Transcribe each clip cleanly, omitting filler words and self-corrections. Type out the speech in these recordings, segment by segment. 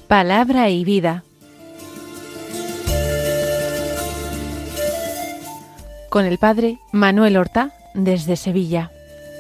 Palabra y vida. Con el padre Manuel Horta, desde Sevilla.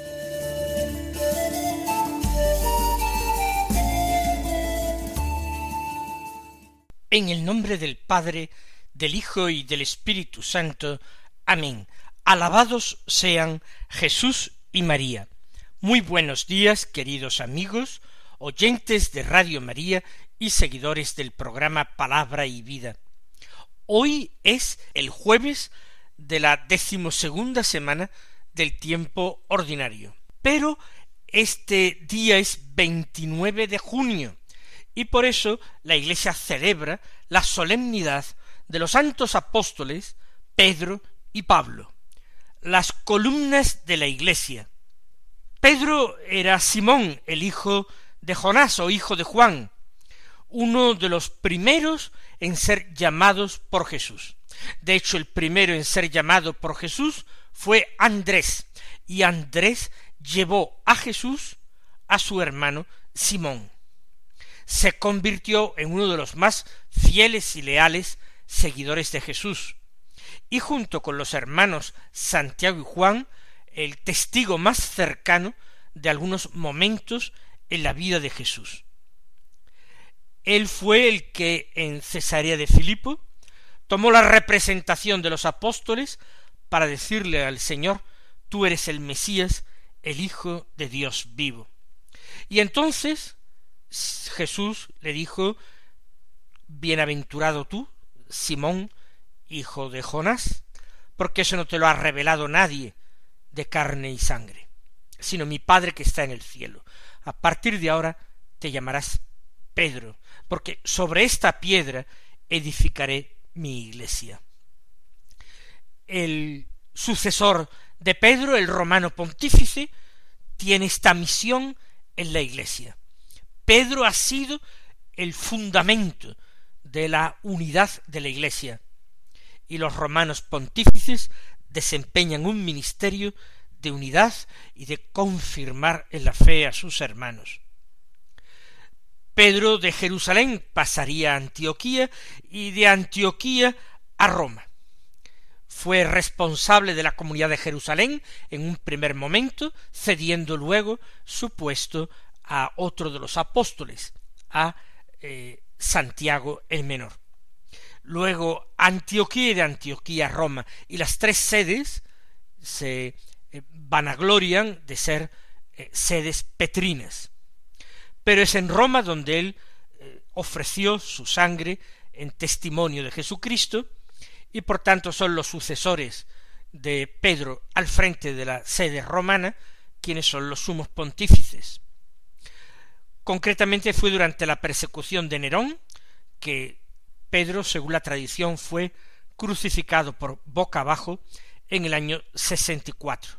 En el nombre del Padre, del Hijo y del Espíritu Santo. Amén. Alabados sean Jesús y María. Muy buenos días, queridos amigos, oyentes de Radio María y seguidores del programa Palabra y Vida. Hoy es el jueves de la 12ª semana del tiempo ordinario, pero este día es 29 de junio, y por eso la Iglesia celebra la solemnidad de los santos apóstoles Pedro y Pablo, las columnas de la Iglesia. Pedro era Simón, el hijo de Jonás o hijo de Juan, uno de los primeros en ser llamados por Jesús. De hecho, el primero en ser llamado por Jesús fue Andrés, y Andrés llevó a Jesús a su hermano Simón. Se convirtió en uno de los más fieles y leales seguidores de Jesús, y junto con los hermanos Santiago y Juan, el testigo más cercano de algunos momentos en la vida de Jesús. Él fue el que en Cesarea de Filipo tomó la representación de los apóstoles para decirle al Señor: tú eres el Mesías, el Hijo de Dios vivo. Y entonces Jesús le dijo: bienaventurado tú, Simón, hijo de Jonás, porque eso no te lo ha revelado nadie de carne y sangre, sino mi Padre que está en el cielo. A partir de ahora te llamarás Pedro, porque sobre esta piedra edificaré mi iglesia. El sucesor de Pedro, el romano pontífice, tiene esta misión en la iglesia. Pedro ha sido el fundamento de la unidad de la iglesia, y los romanos pontífices desempeñan un ministerio de unidad y de confirmar en la fe a sus hermanos. Pedro de Jerusalén pasaría a Antioquía y de Antioquía a Roma. Fue responsable de la comunidad de Jerusalén en un primer momento, cediendo luego su puesto a otro de los apóstoles, a Santiago el Menor. Luego Antioquía y de Antioquía a Roma, y las tres sedes se vanaglorian de ser sedes petrinas. Pero es en Roma donde él ofreció su sangre en testimonio de Jesucristo, y por tanto son los sucesores de Pedro al frente de la sede romana quienes son los sumos pontífices. Concretamente fue durante la persecución de Nerón que Pedro, según la tradición, fue crucificado por boca abajo en el año 64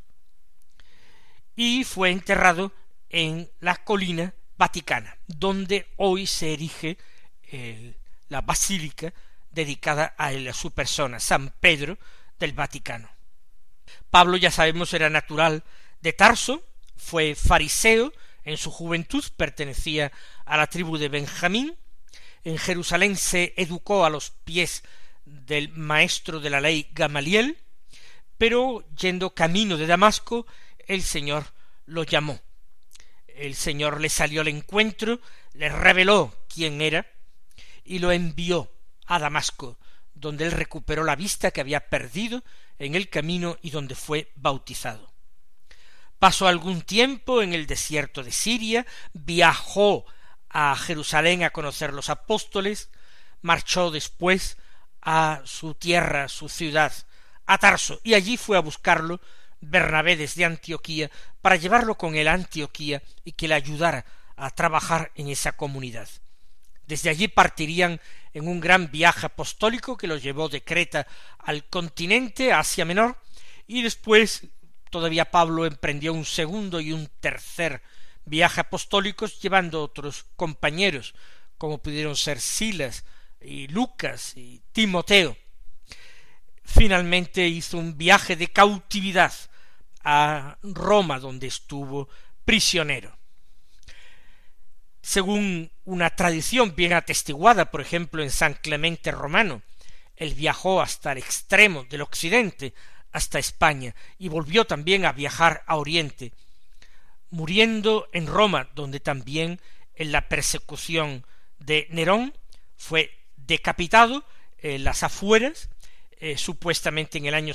y fue enterrado en la colina Vaticana, donde hoy se erige la basílica dedicada a él, a su persona, San Pedro del Vaticano. Pablo, ya sabemos, era natural de Tarso, fue fariseo en su juventud, pertenecía a la tribu de Benjamín. En Jerusalén se educó a los pies del maestro de la ley Gamaliel, pero yendo camino de Damasco, el Señor lo llamó. El Señor le salió al encuentro, le reveló quién era y lo envió a Damasco, donde él recuperó la vista que había perdido en el camino y donde fue bautizado. Pasó algún tiempo en el desierto de Siria, viajó a Jerusalén a conocer los apóstoles, marchó después a su tierra, su ciudad, a Tarso, y allí fue a buscarlo Bernabé desde Antioquía para llevarlo con él a Antioquía y que le ayudara a trabajar en esa comunidad. Desde allí partirían en un gran viaje apostólico que los llevó de Creta al continente, a Asia Menor, y después todavía Pablo emprendió un segundo y un tercer viaje apostólicos llevando otros compañeros, como pudieron ser Silas y Lucas y Timoteo. Finalmente hizo un viaje de cautividad a Roma, donde estuvo prisionero. Según una tradición bien atestiguada, por ejemplo, en San Clemente Romano, él viajó hasta el extremo del occidente, hasta España, y volvió también a viajar a Oriente, muriendo en Roma, donde también en la persecución de Nerón fue decapitado en las afueras, supuestamente en el año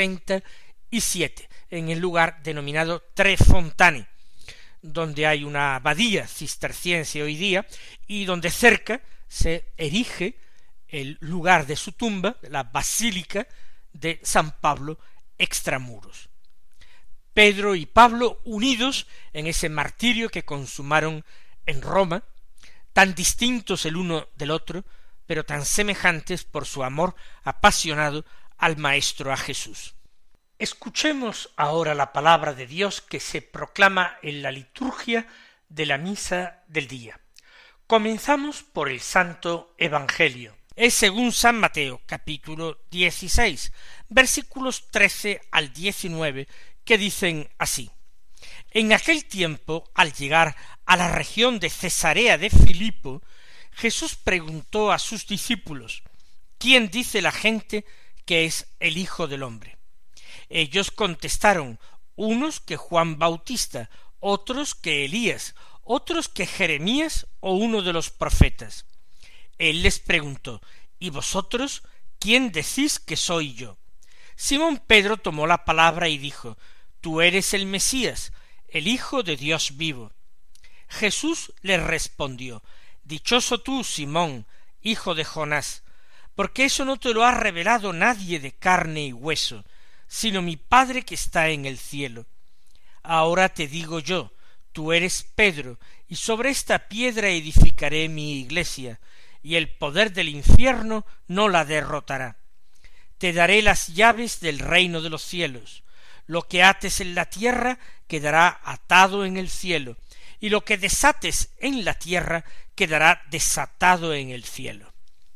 67, en el lugar denominado Tre Fontane, donde hay una abadía cisterciense hoy día, y donde cerca se erige el lugar de su tumba, la Basílica de San Pablo extramuros. Pedro y Pablo unidos en ese martirio que consumaron en Roma, tan distintos el uno del otro, pero tan semejantes por su amor apasionado al Maestro, a Jesús. Escuchemos ahora la palabra de Dios que se proclama en la liturgia de la misa del día. Comenzamos por el Santo Evangelio. Es según San Mateo, capítulo 16, versículos 13 al 19, que dicen así: En aquel tiempo, al llegar a la región de Cesarea de Filipo, Jesús preguntó a sus discípulos: ¿Quién dice la gente que es el Hijo del Hombre? Ellos contestaron: unos que Juan Bautista, otros que Elías, otros que Jeremías o uno de los profetas. Él les preguntó: ¿Y vosotros quién decís que soy yo? Simón Pedro tomó la palabra y dijo: Tú eres el Mesías, el Hijo de Dios vivo. Jesús le respondió: Dichoso tú, Simón, hijo de Jonás, porque eso no te lo ha revelado nadie de carne y hueso, sino mi Padre que está en el cielo. Ahora te digo yo, tú eres Pedro, y sobre esta piedra edificaré mi iglesia, y el poder del infierno no la derrotará. Te daré las llaves del reino de los cielos. Lo que ates en la tierra quedará atado en el cielo, y lo que desates en la tierra quedará desatado en el cielo.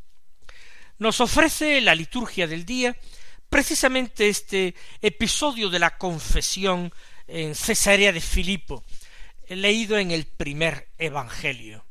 Nos ofrece la liturgia del día precisamente este episodio de la confesión en Cesarea de Filipo, leído en el primer Evangelio.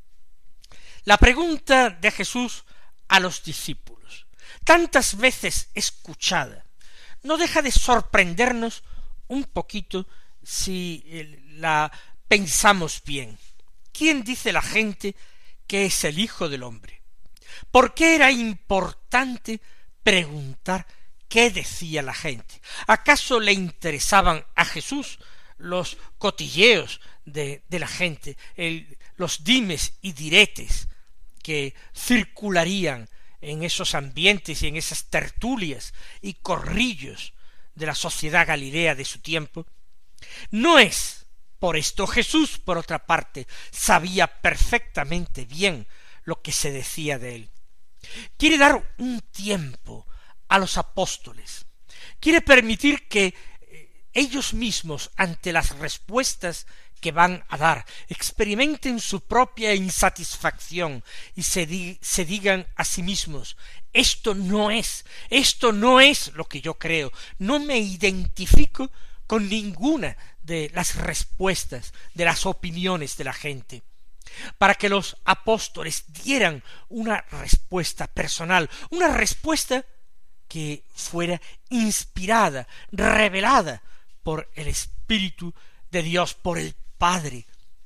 La pregunta de Jesús a los discípulos, tantas veces escuchada, no deja de sorprendernos un poquito si la pensamos bien. ¿Quién dice la gente que es el Hijo del Hombre? ¿Por qué era importante preguntar qué decía la gente? ¿Acaso le interesaban a Jesús los cotilleos de la gente, los dimes y diretes que circularían en esos ambientes y en esas tertulias y corrillos de la sociedad galilea de su tiempo? No es por esto. Jesús, por otra parte, sabía perfectamente bien lo que se decía de él. Quiere dar un tiempo a los apóstoles. Quiere permitir que ellos mismos, ante las respuestas que van a dar, experimenten su propia insatisfacción y se digan a sí mismos: esto no es lo que yo creo, no me identifico con ninguna de las respuestas, de las opiniones de la gente, para que los apóstoles dieran una respuesta personal, una respuesta que fuera inspirada, revelada por el Espíritu de Dios, por el Padre.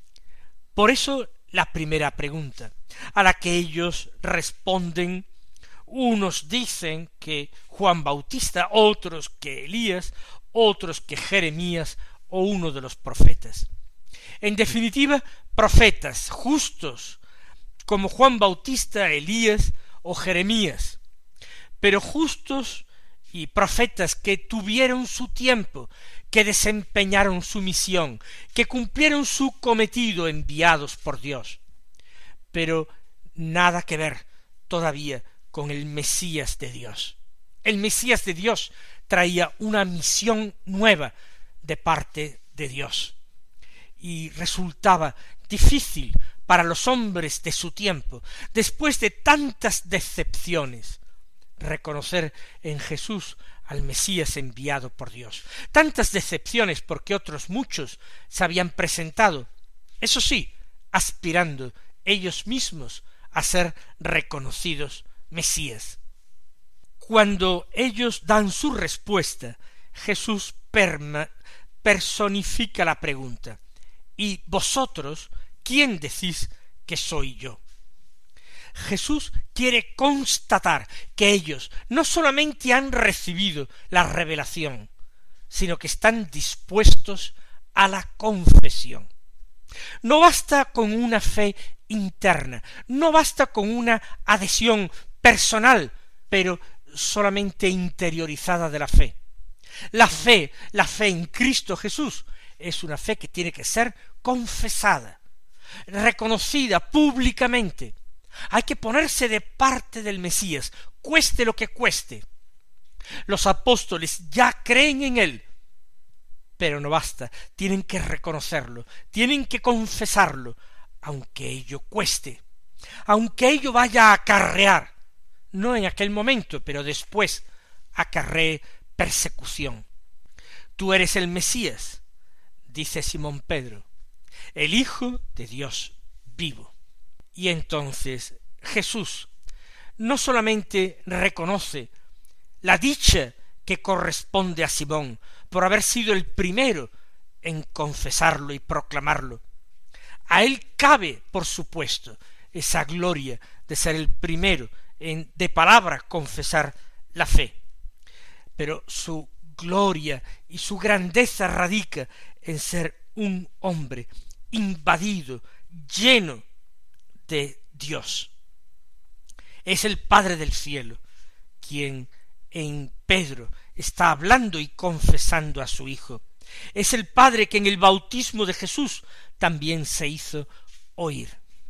Por eso la primera pregunta, a la que ellos responden: unos dicen que Juan Bautista, otros que Elías, otros que Jeremías o uno de los profetas. En definitiva, profetas justos como Juan Bautista, Elías o Jeremías, pero justos y profetas que tuvieron su tiempo, que desempeñaron su misión, que cumplieron su cometido enviados por Dios, pero nada que ver todavía con el Mesías de Dios. El Mesías de Dios traía una misión nueva de parte de Dios, y resultaba difícil para los hombres de su tiempo, después de tantas decepciones, reconocer en Jesús al Mesías enviado por Dios. Tantas decepciones porque otros muchos se habían presentado, eso sí, aspirando ellos mismos a ser reconocidos Mesías. Cuando ellos dan su respuesta, Jesús personifica la pregunta: ¿y vosotros quién decís que soy yo? Jesús quiere constatar que ellos no solamente han recibido la revelación, sino que están dispuestos a la confesión. No basta con una fe interna, no basta con una adhesión personal, pero solamente interiorizada de la fe. La fe en Cristo Jesús, es una fe que tiene que ser confesada, reconocida públicamente. Hay que ponerse de parte del Mesías, cueste lo que cueste. Los apóstoles ya creen en él, pero no basta, tienen que reconocerlo, tienen que confesarlo, aunque ello cueste, aunque ello vaya a acarrear, no en aquel momento, pero después acarree persecución. Tú eres el Mesías, dice Simón Pedro, el Hijo de Dios vivo. Y entonces Jesús no solamente reconoce la dicha que corresponde a Simón por haber sido el primero en confesarlo y proclamarlo. A él cabe, por supuesto, esa gloria de ser el primero en de palabra confesar la fe. Pero su gloria y su grandeza radica en ser un hombre invadido, lleno de Dios. Es el Padre del cielo quien en Pedro está hablando y confesando a su Hijo. Es el Padre que en el bautismo de Jesús también se hizo oír.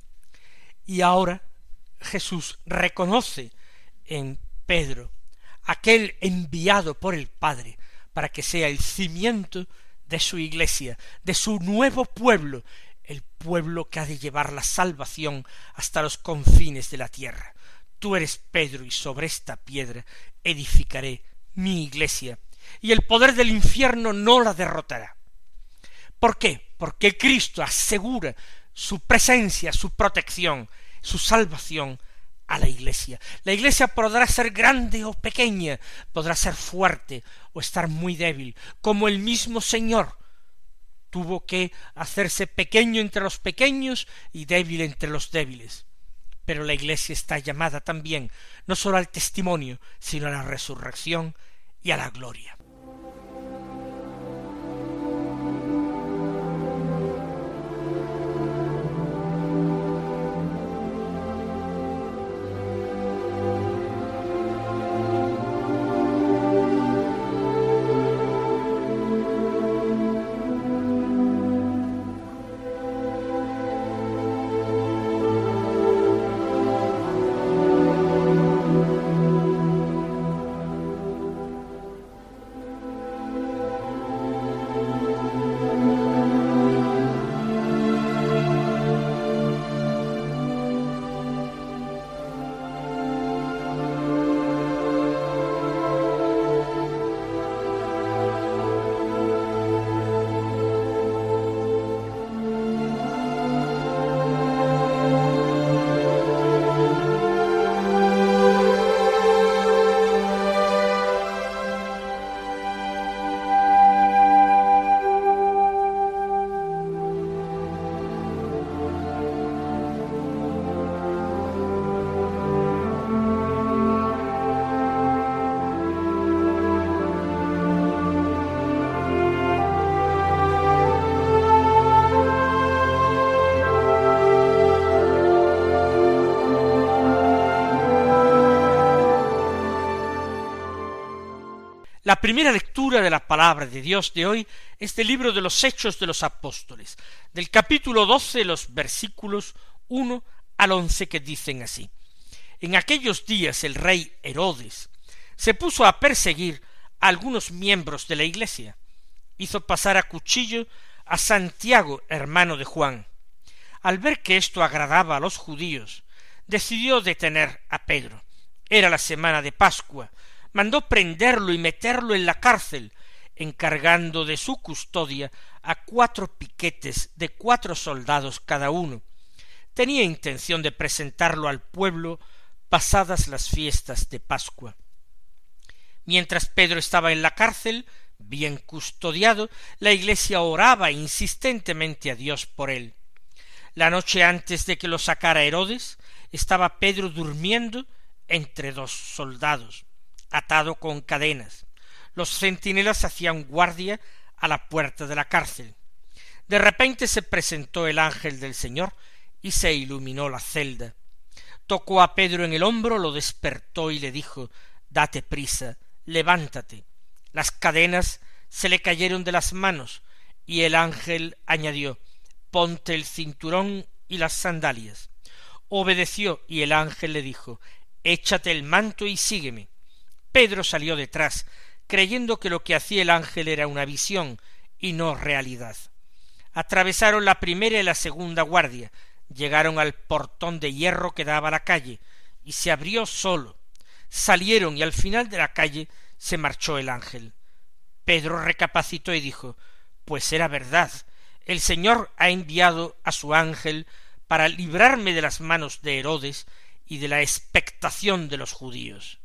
Y ahora Jesús reconoce en Pedro aquel enviado por el Padre para que sea el cimiento de su iglesia, de su nuevo pueblo, el pueblo que ha de llevar la salvación hasta los confines de la tierra. Tú eres Pedro, y sobre esta piedra edificaré mi iglesia, y el poder del infierno no la derrotará. ¿Por qué? Porque Cristo asegura su presencia, su protección, su salvación a la iglesia. La iglesia podrá ser grande o pequeña, podrá ser fuerte o estar muy débil, como el mismo Señor tuvo que hacerse pequeño entre los pequeños y débil entre los débiles. Pero la iglesia está llamada también no sólo al testimonio, sino a la resurrección y a la gloria. La primera lectura de la palabra de Dios de hoy es del libro de los Hechos de los Apóstoles, del capítulo 12, los versículos 1 al 11, que dicen así: En aquellos días el rey Herodes se puso a perseguir a algunos miembros de la iglesia. Hizo pasar a cuchillo a Santiago, hermano de Juan. Al ver que esto agradaba a los judíos, decidió detener a Pedro. Era la semana de Pascua. Mandó prenderlo y meterlo en la cárcel, encargando de su custodia a 4 piquetes de 4 soldados cada uno, tenía intención de presentarlo al pueblo pasadas las fiestas de Pascua. Mientras Pedro estaba en la cárcel, bien custodiado, la Iglesia oraba insistentemente a Dios por él. La noche antes de que lo sacara Herodes, estaba Pedro durmiendo entre dos soldados, atado con cadenas. Los centinelas hacían guardia a la puerta de la cárcel. De repente se presentó el ángel del Señor y se iluminó la celda. Tocó a Pedro en el hombro, lo despertó y le dijo: «Date prisa, levántate». Las cadenas se le cayeron de las manos y el ángel añadió: «Ponte el cinturón y las sandalias». Obedeció y el ángel le dijo: «Échate el manto y sígueme». Pedro salió detrás, creyendo que lo que hacía el ángel era una visión y no realidad. Atravesaron la primera y la segunda guardia, llegaron al portón de hierro que daba a la calle, y se abrió solo. Salieron y al final de la calle se marchó el ángel. Pedro recapacitó y dijo: «Pues era verdad, el Señor ha enviado a su ángel para librarme de las manos de Herodes y de la expectación de los judíos».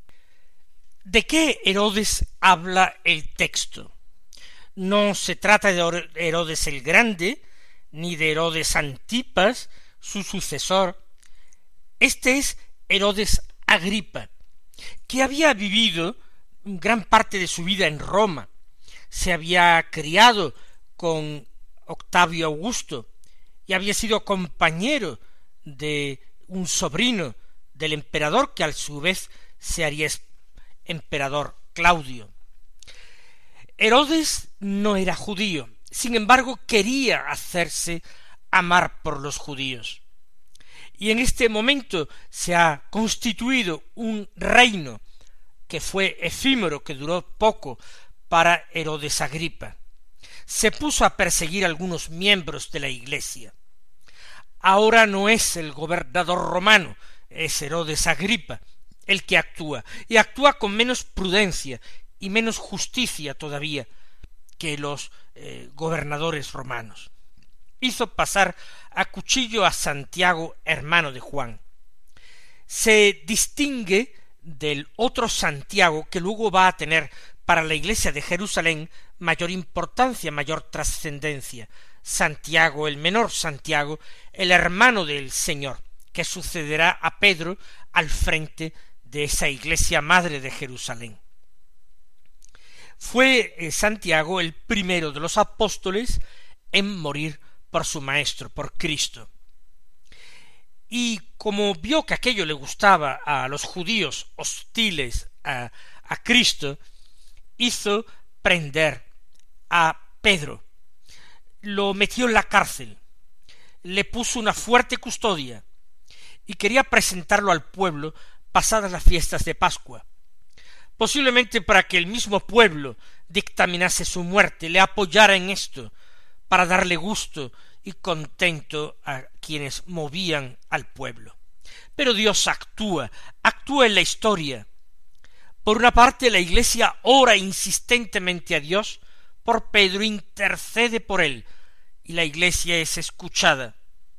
¿De qué Herodes habla el texto? No se trata de Herodes el Grande, ni de Herodes Antipas, su sucesor. Este es Herodes Agripa, que había vivido gran parte de su vida en Roma. Se había criado con Octavio Augusto y había sido compañero de un sobrino del emperador, que a su vez se haría emperador Claudio. Herodes no era judío, sin embargo quería hacerse amar por los judíos. Y en este momento se ha constituido un reino que fue efímero, que duró poco para Herodes Agripa. Se puso a perseguir a algunos miembros de la Iglesia. Ahora no es el gobernador romano, es Herodes Agripa el que actúa, y actúa con menos prudencia y menos justicia todavía que los gobernadores romanos. Hizo pasar a cuchillo a Santiago, hermano de Juan. Se distingue del otro Santiago, que luego va a tener para la Iglesia de Jerusalén mayor importancia, mayor trascendencia. Santiago el menor, Santiago, el hermano del Señor, que sucederá a Pedro al frente de esa Iglesia madre de Jerusalén. Fue Santiago el primero de los apóstoles en morir por su maestro, por Cristo. Y como vio que aquello le gustaba a los judíos hostiles a Cristo, hizo prender a Pedro. Lo metió en la cárcel, le puso una fuerte custodia y quería presentarlo al pueblo pasadas las fiestas de Pascua, posiblemente para que el mismo pueblo dictaminase su muerte, le apoyara en esto, para darle gusto y contento a quienes movían al pueblo. Pero Dios actúa en la historia. Por una parte, la Iglesia ora insistentemente a Dios por Pedro, intercede por él, y la Iglesia es escuchada.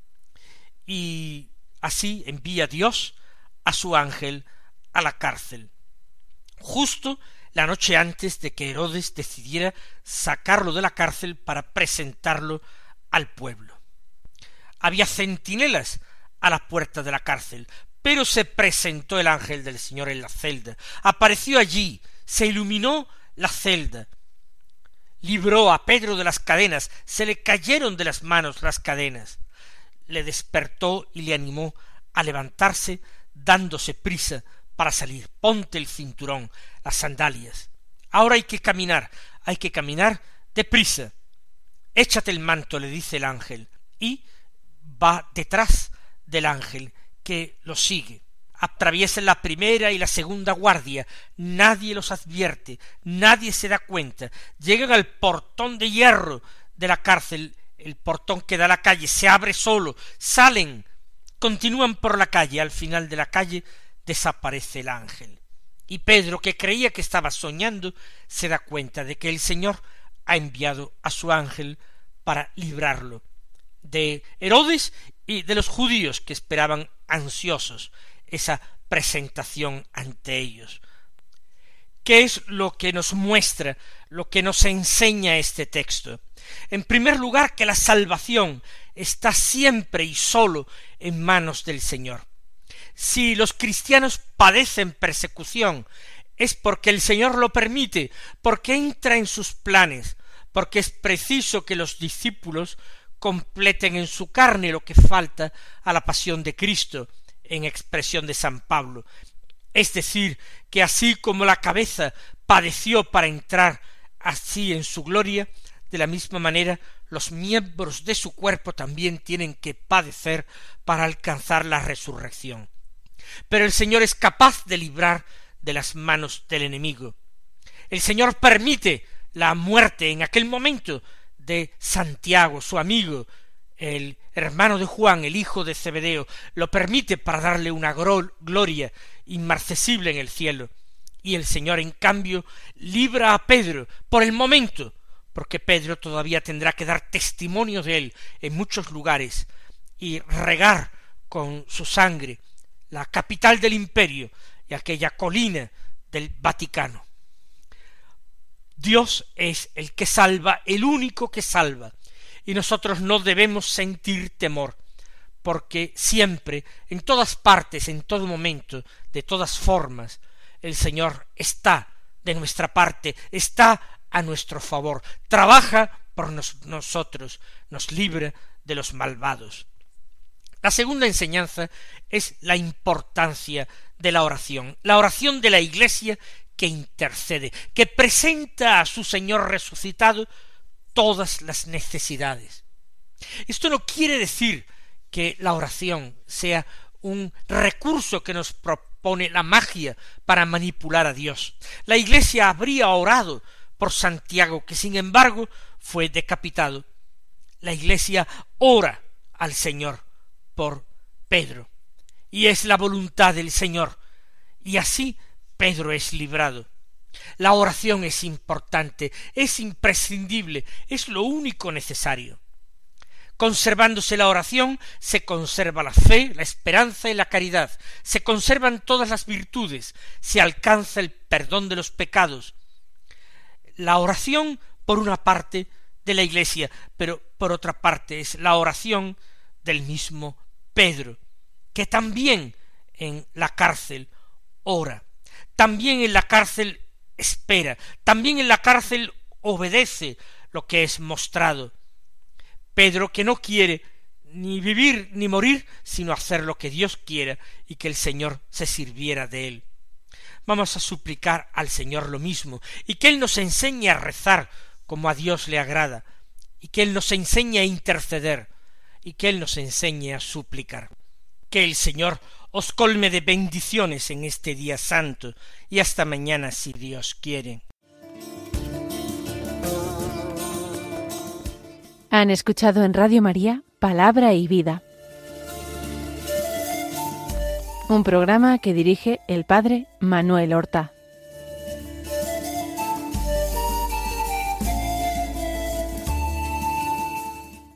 Y así envía Dios a su ángel a la cárcel, justo la noche antes de que Herodes decidiera sacarlo de la cárcel para presentarlo al pueblo. Había centinelas a la puerta de la cárcel, pero se presentó el ángel del Señor en la celda, apareció allí, se iluminó la celda, libró a Pedro de las cadenas, se le cayeron de las manos las cadenas, le despertó y le animó a levantarse, dándose prisa para salir. Ponte el cinturón, las sandalias. Ahora hay que caminar deprisa. Échate el manto, le dice el ángel, y va detrás del ángel, que lo sigue. Atraviesan la primera y la segunda guardia, nadie los advierte, nadie se da cuenta. Llegan al portón de hierro de la cárcel, el portón que da a la calle, se abre solo, salen, continúan por la calle, al final de la calle desaparece el ángel. Y Pedro, que creía que estaba soñando, se da cuenta de que el Señor ha enviado a su ángel para librarlo de Herodes y de los judíos que esperaban ansiosos esa presentación ante ellos. ¿Qué es lo que nos muestra, lo que nos enseña este texto? En primer lugar, que la salvación está siempre y solo en manos del Señor. Si los cristianos padecen persecución, es porque el Señor lo permite, porque entra en sus planes, porque es preciso que los discípulos completen en su carne lo que falta a la pasión de Cristo, en expresión de San Pablo. Es decir, que así como la cabeza padeció para entrar así en su gloria, de la misma manera los miembros de su cuerpo también tienen que padecer para alcanzar la resurrección. Pero el Señor es capaz de librar de las manos del enemigo. El Señor permite la muerte en aquel momento de Santiago, su amigo, el hermano de Juan, el hijo de Zebedeo, lo permite para darle una gloria inmarcesible en el cielo. Y el Señor, en cambio, libra a Pedro por el momento, porque Pedro todavía tendrá que dar testimonio de él en muchos lugares y regar con su sangre la capital del imperio y aquella colina del Vaticano. Dios es el que salva, el único que salva, y nosotros no debemos sentir temor, porque siempre, en todas partes, en todo momento, de todas formas, el Señor está de nuestra parte, está a nuestro favor, trabaja por nosotros, nos libra de los malvados. La segunda enseñanza es la importancia de la oración de la Iglesia que intercede, que presenta a su Señor resucitado todas las necesidades. Esto no quiere decir que la oración sea un recurso que nos propone la magia para manipular a Dios. La Iglesia habría orado por Santiago, que sin embargo fue decapitado. La Iglesia ora al Señor por Pedro, y es la voluntad del Señor, y así Pedro es librado. La oración es importante, es imprescindible, es lo único necesario. Conservándose la oración, se conserva la fe, la esperanza y la caridad, se conservan todas las virtudes, se alcanza el perdón de los pecados. La oración, por una parte, de la Iglesia, pero por otra parte es la oración del mismo Pedro, que también en la cárcel ora, también en la cárcel espera, también en la cárcel obedece lo que es mostrado. Pedro, que no quiere ni vivir ni morir, sino hacer lo que Dios quiera y que el Señor se sirviera de él. Vamos a suplicar al Señor lo mismo, y que Él nos enseñe a rezar como a Dios le agrada, y que Él nos enseñe a interceder, y que Él nos enseñe a suplicar. Que el Señor os colme de bendiciones en este día santo, y hasta mañana si Dios quiere. Han escuchado en Radio María Palabra y Vida, un programa que dirige el Padre Manuel Horta.